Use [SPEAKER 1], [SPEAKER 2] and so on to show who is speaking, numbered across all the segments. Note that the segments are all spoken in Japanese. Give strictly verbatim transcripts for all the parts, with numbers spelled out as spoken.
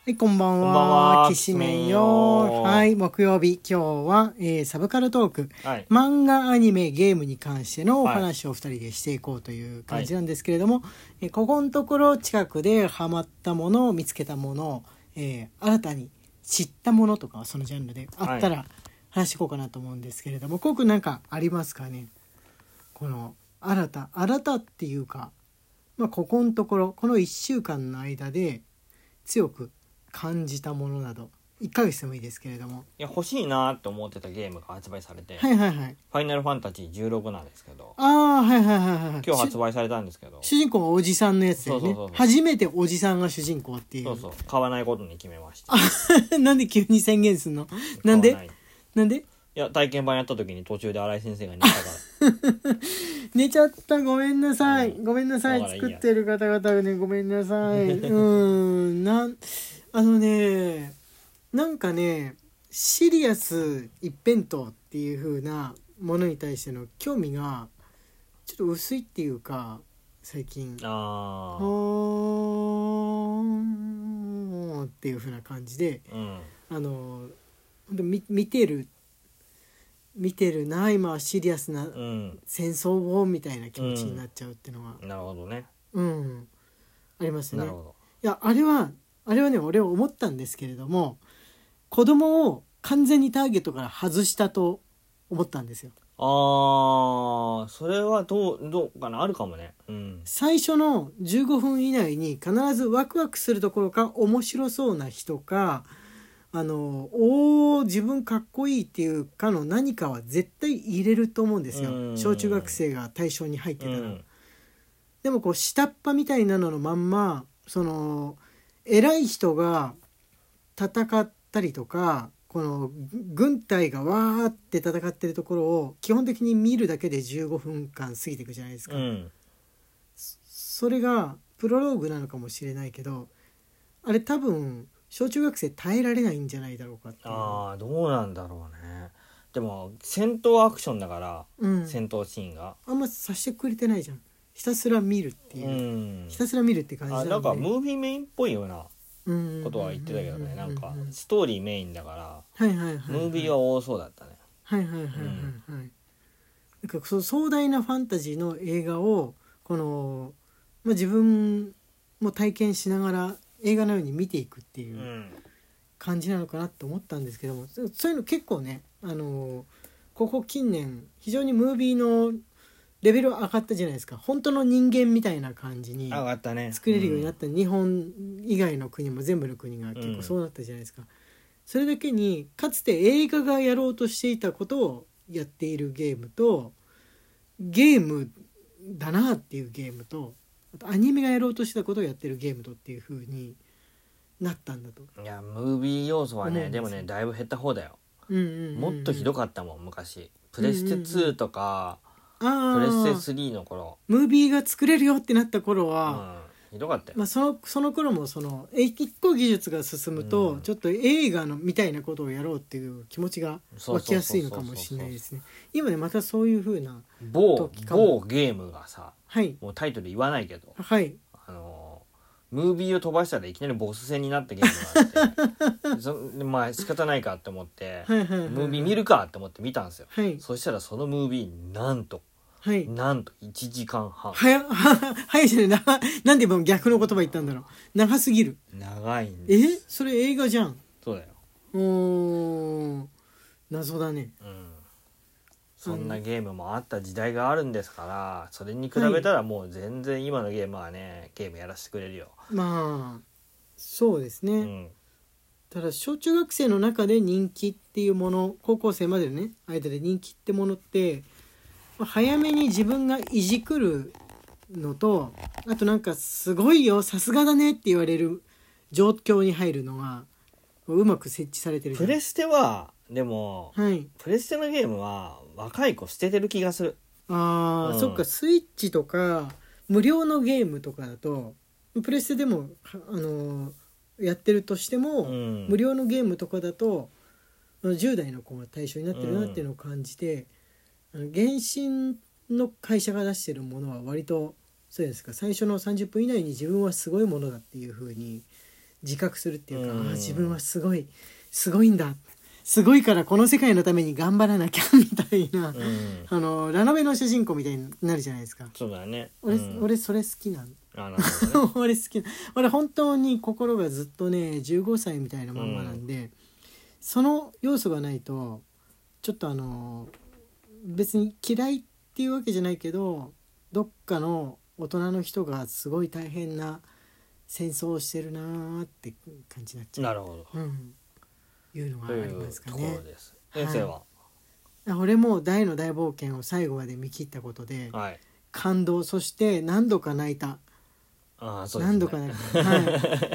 [SPEAKER 1] はい、こんばんは。
[SPEAKER 2] こんばんは
[SPEAKER 1] きしめん
[SPEAKER 2] きしめん
[SPEAKER 1] よ。
[SPEAKER 2] よ
[SPEAKER 1] はい、木曜日、今日は、えーサブカルトーク、
[SPEAKER 2] はい、
[SPEAKER 1] 漫画、アニメ、ゲームに関してのお話をふたりでしていこうという感じなんですけれども、えーここのところ近くでハマったものを見つけたものを、えー新たに知ったものとかそのジャンルであったら話していこうかなと思うんですけれども、こうくんなんかありますかね。この新た新たっていうか、まあ、ここのところこのいっしゅうかんの間で強く感じたものなどいっかげつでもいいですけれども。
[SPEAKER 2] いや欲しいなって思ってたゲームが発売されて、
[SPEAKER 1] はいはいはい。
[SPEAKER 2] ファイナルファンタジーじゅうろくなんですけど、
[SPEAKER 1] ああ、はいはいはいはい。
[SPEAKER 2] 今日発売されたんですけど、
[SPEAKER 1] 主人公はおじさんのやつだよね。
[SPEAKER 2] そうそうそうそう
[SPEAKER 1] 初めておじさんが主人公っていう。
[SPEAKER 2] そうそう買わないことに決めました。
[SPEAKER 1] なんで急に宣言すんの。なんで
[SPEAKER 2] 買わない。い
[SPEAKER 1] なんで
[SPEAKER 2] や体験版やった時に途中で新井先生が寝たか
[SPEAKER 1] 寝ちゃった。ごめんなさい、
[SPEAKER 2] うん
[SPEAKER 1] ごめんなさい。
[SPEAKER 2] だからいいや
[SPEAKER 1] 作ってる方々がね、ごめんなさい。うーんなんあのねなんかねシリアス一辺倒っていう風なものに対しての興味がちょっと薄いっていうか、最近
[SPEAKER 2] ら、あ
[SPEAKER 1] ほーっていう風な感じで、
[SPEAKER 2] ーうん
[SPEAKER 1] あのほんと見見てる見てるな今はシリアスな
[SPEAKER 2] うん
[SPEAKER 1] 戦争をみたいな気持ちになっちゃうっていうのが、
[SPEAKER 2] なるほどね。
[SPEAKER 1] うんありますね。
[SPEAKER 2] なるほど。
[SPEAKER 1] いやあれはあれはね俺は思ったんですけれども、子供を完全にターゲットから外したと思ったんですよ。
[SPEAKER 2] あーそれはどうどうかな、あるかもね。うん
[SPEAKER 1] 最初のじゅうごふん以内に必ずワクワクするところか面白そうな人か、あのおー自分かっこいいっていうかの何かは絶対入れると思うんですよ。
[SPEAKER 2] うん
[SPEAKER 1] 小中学生が対象に入ってたら、
[SPEAKER 2] うん
[SPEAKER 1] でもこう下っ端みたいなののまんま、その偉い人が戦ったりとか、この軍隊がわーって戦ってるところを基本的に見るだけでじゅうごふんかん過ぎていくじゃないですか、
[SPEAKER 2] うん
[SPEAKER 1] それがプロローグなのかもしれないけど、あれ多分小中学生耐えられないんじゃないだろうかっていう。
[SPEAKER 2] ああどうなんだろうね。でも戦闘アクションだから、
[SPEAKER 1] うん、
[SPEAKER 2] 戦闘シーンが
[SPEAKER 1] あんまさせてくれてないじゃん。ひたすら見るっていう、
[SPEAKER 2] うん
[SPEAKER 1] ひたすら見るって感じな
[SPEAKER 2] あ
[SPEAKER 1] んで、
[SPEAKER 2] なんかムービーメインっぽいような
[SPEAKER 1] うん
[SPEAKER 2] ことは言ってたけどね、
[SPEAKER 1] う
[SPEAKER 2] なんか
[SPEAKER 1] うん
[SPEAKER 2] ストーリーメインだから
[SPEAKER 1] はいはいはいはい、
[SPEAKER 2] ムービーは多そうだったね。
[SPEAKER 1] はいはいはいはいはい、なんかそう壮大なファンタジーの映画をこの、まあ、自分も体験しながら映画のように見ていくっていううん感じなのかなって思ったんですけども、そそういうの結構ね、あのここ近年非常にムービーのレベル上がったじゃないですか。本当の人間みたいな感じに
[SPEAKER 2] 上がったね。
[SPEAKER 1] 作れるようになった、日本以外の国も全部の国が結構そうなったじゃないですか、それだけにかつて映画がやろうとしていたことをやっているゲームと、ゲームだなっていうゲームと、あとアニメがやろうとしてたことをやってるゲームとっていう風になったんだと。
[SPEAKER 2] いやムービー要素はね
[SPEAKER 1] 思うんですよ
[SPEAKER 2] でもねだいぶ減った方だよ。
[SPEAKER 1] うんうんうんうん、
[SPEAKER 2] もっとひどかったもん昔。プレステツーとか、
[SPEAKER 1] あ
[SPEAKER 2] プレステ
[SPEAKER 1] ー
[SPEAKER 2] スリーの頃、
[SPEAKER 1] ムービーが作れるよってなった頃
[SPEAKER 2] う
[SPEAKER 1] は、
[SPEAKER 2] ん、ひどかったよ。
[SPEAKER 1] まあ、そのその頃もそのえ一個技術が進むと、
[SPEAKER 2] うん
[SPEAKER 1] ちょっと映画のみたいなことをやろうっていう気持ちが湧きやすいのかもしれないですね。今ねまたそういう風な
[SPEAKER 2] 某
[SPEAKER 1] 時かも
[SPEAKER 2] 某ゲームがさ、
[SPEAKER 1] はい
[SPEAKER 2] もうタイトル言わないけど、
[SPEAKER 1] はい
[SPEAKER 2] あのムービーを飛ばしたらいきなりボス戦になったゲームがあってそまあ仕方ないかって思って
[SPEAKER 1] はいはいはいはい
[SPEAKER 2] ムービー見るかって思って見たんですよ。
[SPEAKER 1] はい
[SPEAKER 2] そしたらそのムービーなんと
[SPEAKER 1] はい
[SPEAKER 2] なんといちじかんはん。
[SPEAKER 1] はやは早いじゃないな。なんで今逆の言葉言ったんだろう。長すぎる。
[SPEAKER 2] 長いんです。
[SPEAKER 1] えそれ映画じゃん。
[SPEAKER 2] そうだよ。
[SPEAKER 1] うーん謎だね。
[SPEAKER 2] うんそんなゲームもあった時代があるんですから、それに比べたらもう全然今のゲームはねゲームやらせてくれるよ。
[SPEAKER 1] まあそうですね、
[SPEAKER 2] うん、
[SPEAKER 1] ただ小中学生の中で人気っていうもの、高校生までのね間で人気ってものって、まあ早めに自分がいじくるのと、あとなんかすごいよさすがだねって言われる状況に入るのがうまく設置されてるじゃん。
[SPEAKER 2] プレステはでも
[SPEAKER 1] はい
[SPEAKER 2] プレステのゲームは若い子捨ててる気がする。
[SPEAKER 1] あー、
[SPEAKER 2] うん
[SPEAKER 1] そっかスイッチとか無料のゲームとかだとプレステでも、あのーやってるとしても、
[SPEAKER 2] うん
[SPEAKER 1] 無料のゲームとかだとじゅう代の子が対象になってるなっていうのを感じて、あの原神の会社が出してるものは割とそうですか、最初のさんじゅっぷん以内に自分はすごいものだっていう風に自覚するっていうか、
[SPEAKER 2] うん
[SPEAKER 1] あ自分はすごいすごいんだ、すごいからこの世界のために頑張らなきゃみたいな、
[SPEAKER 2] うん、
[SPEAKER 1] あのラノベの主人公みたいになるじゃないですか。
[SPEAKER 2] そうだね。
[SPEAKER 1] 俺、
[SPEAKER 2] うん、
[SPEAKER 1] 俺それ好きなの。
[SPEAKER 2] あ、なるほどね。
[SPEAKER 1] 俺好きな俺本当に心がずっとねじゅうごさいみたいなまんまなんで、うん、その要素がないとちょっとあの別に嫌いっていうわけじゃないけど、どっかの大人の人がすごい大変な戦争をしてるなーって感じになっちゃう。
[SPEAKER 2] なるほど、
[SPEAKER 1] うん、いうのがありますかね。
[SPEAKER 2] というところです。先生は、
[SPEAKER 1] はい、俺も大の大冒険を最後まで見切ったことで、
[SPEAKER 2] はい、
[SPEAKER 1] 感動、そして何度か泣いた。
[SPEAKER 2] あ、そうですね、
[SPEAKER 1] 何度か泣いた、はい、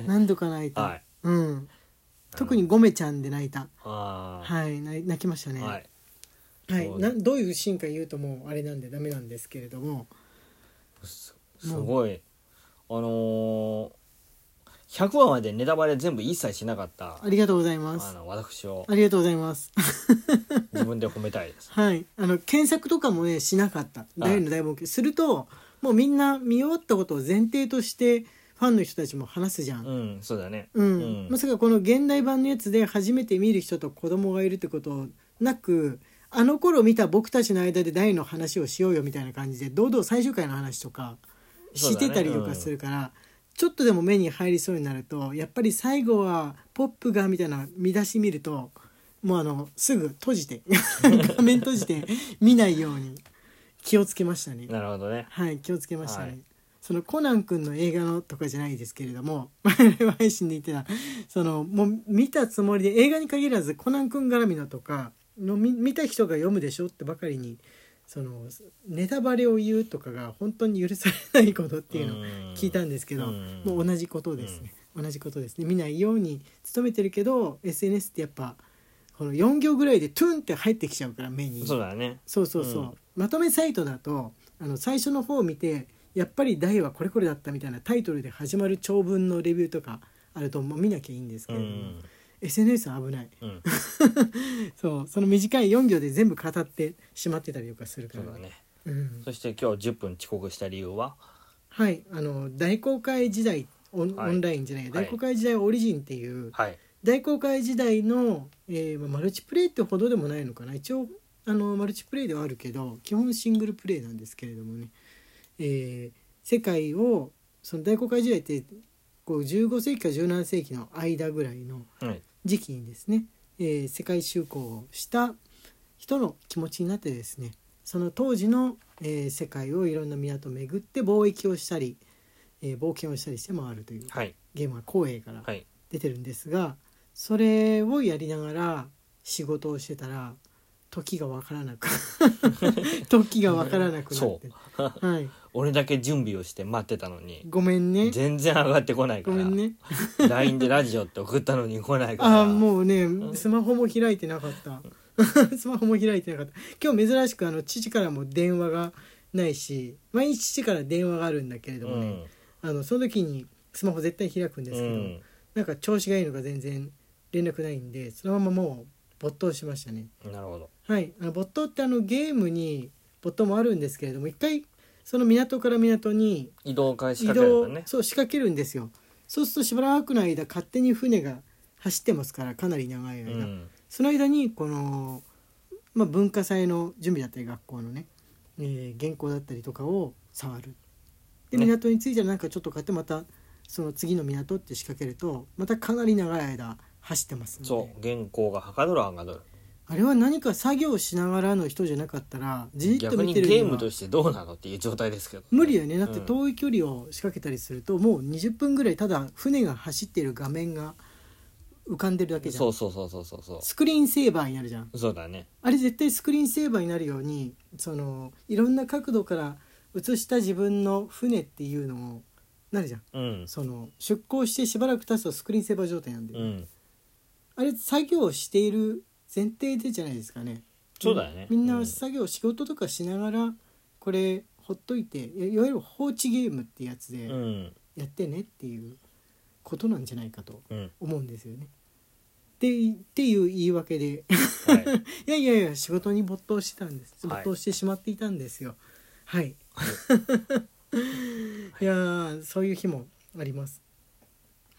[SPEAKER 1] 何度か泣いた、はい、うん、特にゴメちゃんで泣いた。
[SPEAKER 2] あ、
[SPEAKER 1] はい、泣きましたね。はい、はい、などういうシーンか言うともうあれなんでダメなんですけれども、
[SPEAKER 2] す, すごいあのー、ひゃくわまでネタバレ全部一切しなかった。
[SPEAKER 1] ありがとうございます。
[SPEAKER 2] あの私を
[SPEAKER 1] ありがとうございます
[SPEAKER 2] 自分で褒めたいです。
[SPEAKER 1] はい、あの検索とかもねしなかった。大の大冒険するともうみんな見終わったことを前提としてファンの人たちも話すじゃん。
[SPEAKER 2] うん、そうだね。
[SPEAKER 1] うん。
[SPEAKER 2] うん、
[SPEAKER 1] まさかこの現代版のやつで初めて見る人と子供がいるってことなく、あの頃見た僕たちの間で大の話をしようよみたいな感じで堂々最終回の話とかしてたりとかするから、ね、うん、ちょっとでも目に入りそうになるとやっぱり最後はポップがみたいな見出し見るともうあのすぐ閉じて画面閉じて見ないように気をつけましたね。
[SPEAKER 2] なるほどね。
[SPEAKER 1] はい、気をつけましたね。
[SPEAKER 2] はい、
[SPEAKER 1] そのコナン君の映画のとかじゃないですけれども、前の配信で言ってたそのもう見たつもりで映画に限らずコナン君絡みのとかの 見, 見た人が読むでしょってばかりにそのネタバレを言うとかが本当に許されないことっていうのを聞いたんですけど、もう同じことですね。同じことですね。見ないように努めてるけど エスエヌエス ってやっぱこのよん行ぐらいでトゥンって入ってきちゃうから目に。
[SPEAKER 2] そうだね。
[SPEAKER 1] そうそうそう、うん、まとめサイトだとあの最初の方を見てやっぱり大はこれこれだったみたいなタイトルで始まる長文のレビューとかあるともう見なきゃいいんですけれども、うん、エスエヌエス は危ない、うん、そうその短いよん行で全部語ってしまってたりとかするから、
[SPEAKER 2] そうだね、
[SPEAKER 1] うん、
[SPEAKER 2] そして今日じゅっぷん遅刻した理由は、
[SPEAKER 1] はいあの大公開時代 オン,、はい、オンラインじゃない、大公開時代オリジンっていう、はい、大公開時代の、えー、マルチプレイってほどでもないのかな、一応あのマルチプレイではあるけど基本シングルプレイなんですけれどもね、えー、世界をその大公開時代ってこうじゅうご世紀からじゅうなな世紀の間ぐらいの時期にですね、はい、えー、世界就航をした人の気持ちになってですね、その当時の、えー、世界をいろんな港を巡って貿易をしたり、えー、冒険をしたりして回るという、はい、ゲームは光栄から出てるんですが、はい、それをやりながら仕事をしてたら時が分からなく時が分からなくなって
[SPEAKER 2] そうはい、俺だけ準備をして待ってたのに
[SPEAKER 1] ごめんね
[SPEAKER 2] 全然上がってこないから、ごめんねライン でラジオって送ったのに来ないから
[SPEAKER 1] あもうねスマホも開いてなかったスマホも開いてなかった。今日珍しくあの父からも電話がないし、毎日父から電話があるんだけれどもね、うん、あのその時にスマホ絶対開くんですけど、うん、なんか調子がいいのが全然連絡ないんでそのままもう没頭しましたね。
[SPEAKER 2] なるほど。
[SPEAKER 1] はい、あの没頭ってあのゲームに没頭もあるんですけれども、一回その港から港に
[SPEAKER 2] 移動開始仕掛けるんだね。
[SPEAKER 1] そう仕掛けるんですよ。そうするとしばらくの間勝手に船が走ってますから、かなり長い間、うん、その間にこの、まあ、文化祭の準備だったり学校のね、えー、原稿だったりとかを触る。で港に着いたらなんかちょっと買ってまたその次の港って仕掛けるとまたかなり長い間走ってますので、
[SPEAKER 2] そう原稿がはかどるはかどる。
[SPEAKER 1] あれは何か作業しながらの人じゃなかったらじっと見てるには
[SPEAKER 2] 逆にゲームとしてどうなのっていう状態ですけど、ね、
[SPEAKER 1] 無理だよね。だって遠い距離を仕掛けたりすると、うん、もうにじゅっぷんぐらいただ船が走っている画面が浮かんでるだけじゃん。
[SPEAKER 2] そうそうそうそうそうそう
[SPEAKER 1] スクリーンセーバーになるじゃん。
[SPEAKER 2] そうだね。
[SPEAKER 1] あれ絶対スクリーンセーバーになるようにそのいろんな角度から映した自分の船っていうのをなるじゃん、うん、その出航してしばらく経つとスクリーンセーバー状態なんで、うん、あれ作業をしている前提でじゃないですかね。
[SPEAKER 2] そうだよね。
[SPEAKER 1] みんな作業、うん、仕事とかしながらこれほっといていわゆる放置ゲームってやつでやってねっていうことなんじゃないかと思うんですよね、うん、でっていう言い訳で、はい、いやいやいや仕事に没頭してたんです、はい、没頭してしまっていたんですよ。はい、はい、いやそういう日もあります。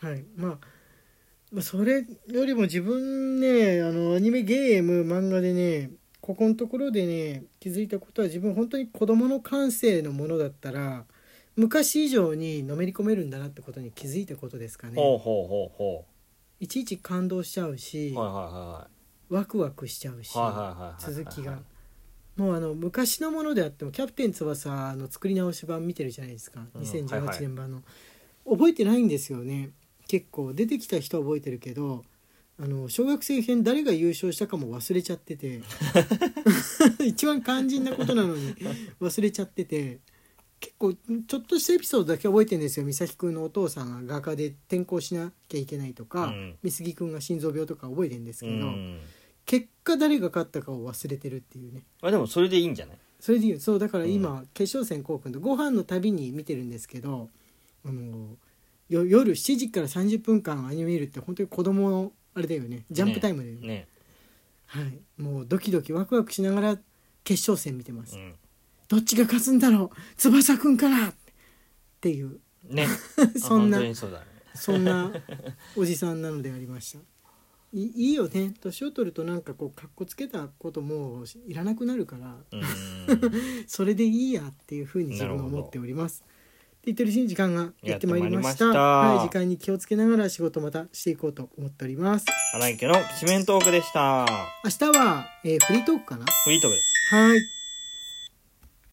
[SPEAKER 1] はいまあまあそれよりも自分ねあのアニメゲーム漫画でねここのところでね気づいたことは自分本当に子供の感性のものだったら昔以上にのめり込めるんだなってことに気づいたことですかね。
[SPEAKER 2] ほうほうほうほ
[SPEAKER 1] いちいち感動しちゃうし、
[SPEAKER 2] うはいはいはい
[SPEAKER 1] ワクワクしちゃうし、
[SPEAKER 2] はいはいはいはい
[SPEAKER 1] 続きがもうあの昔のものであってもキャプテン翼の作り直し版見てるじゃないですか、
[SPEAKER 2] うん
[SPEAKER 1] にせんじゅうはちねん版の、覚えてないんですよね。結構出てきた人は覚えてるけどあの小学生編誰が優勝したかも忘れちゃってて一番肝心なことなのに忘れちゃってて結構ちょっとしたエピソードだけ覚えてるんですよ。美咲くんのお父さんが画家で転校しなきゃいけないとか、うん、美杉くんが心臓病とか覚えてるんですけど、うん、結果誰が勝ったかを忘れてるっていうね。
[SPEAKER 2] あでもそれでいいんじゃない？
[SPEAKER 1] それでいいよ。そうだから今、うん、決勝戦こうくんとご飯のたびに見てるんですけどあのよ夜しちじからさんじゅっぷんかんアニメ見るって本当に子供のあれだよね。ジャンプタイムだよね。ねはい、もうドキドキワクワクしながら決勝戦見てます、うん、どっちが勝つんだろう翼くんからっていう
[SPEAKER 2] ね
[SPEAKER 1] そんな
[SPEAKER 2] 本当にそうだね
[SPEAKER 1] そんなおじさんなのでありました。い, いいよね年を取るとなんかこうかっこつけたこともいらなくなるからうんそれでいいやっていうふうに自分は思っております。って言ってるうちに時間がやってまいりました。はい、時間に気をつけながら仕事またしていこうと思っております。
[SPEAKER 2] 荒井家のきしめんトークでした。
[SPEAKER 1] 明日は、えー、フリートークかな。
[SPEAKER 2] フリートークです。
[SPEAKER 1] はい。